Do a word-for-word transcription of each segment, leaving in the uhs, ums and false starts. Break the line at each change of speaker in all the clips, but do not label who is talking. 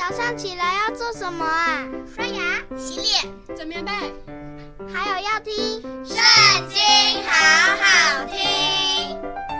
早上起来要做什么啊？
刷牙、洗脸、
整棉被，
还有要听《
圣经》，好好听。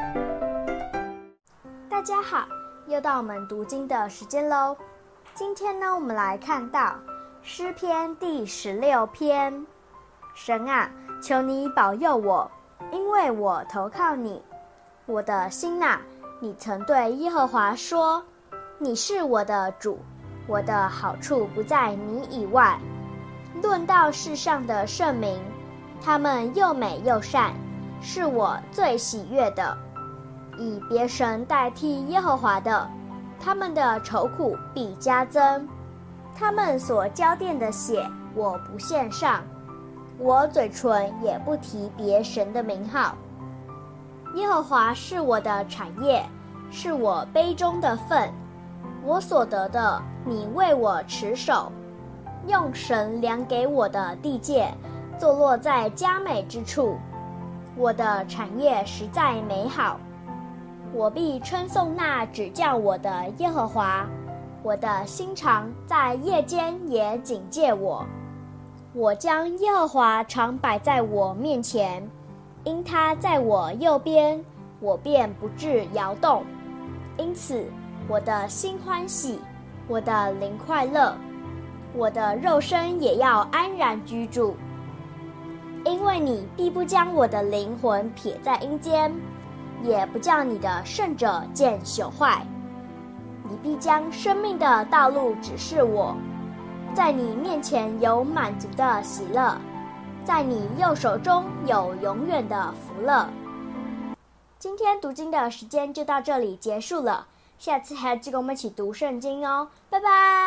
大家好，又到我们读经的时间喽。今天呢，我们来看到诗篇第十六篇。神啊，求你保佑我，因为我投靠你。我的心哪，你曾对耶和华说，你是我的主，我的好处不在你以外。论到世上的圣民，他们又美又善，是我最喜悦的。以别神代替耶和华的，他们的愁苦必加增。他们所浇奠的血，我不献上，我嘴唇也不提别神的名号。耶和华是我的产业，是我杯中的分，我所得的，你为我持守。用神量给我的地界，坐落在佳美之处。我的产业实在美好，我必称颂那指教我的耶和华。我的心肠在夜间也警戒我。我将耶和华常摆在我面前，因他在我右边，我便不致摇动。因此我的心欢喜，我的灵快乐，我的肉身也要安然居住。因为你必不将我的灵魂撇在阴间，也不叫你的圣者见朽坏。你必将生命的道路指示我，在你面前有满足的喜乐，在你右手中有永远的福乐。今天读经的时间就到这里结束了，下次还要记得跟我们一起读圣经哦，拜拜。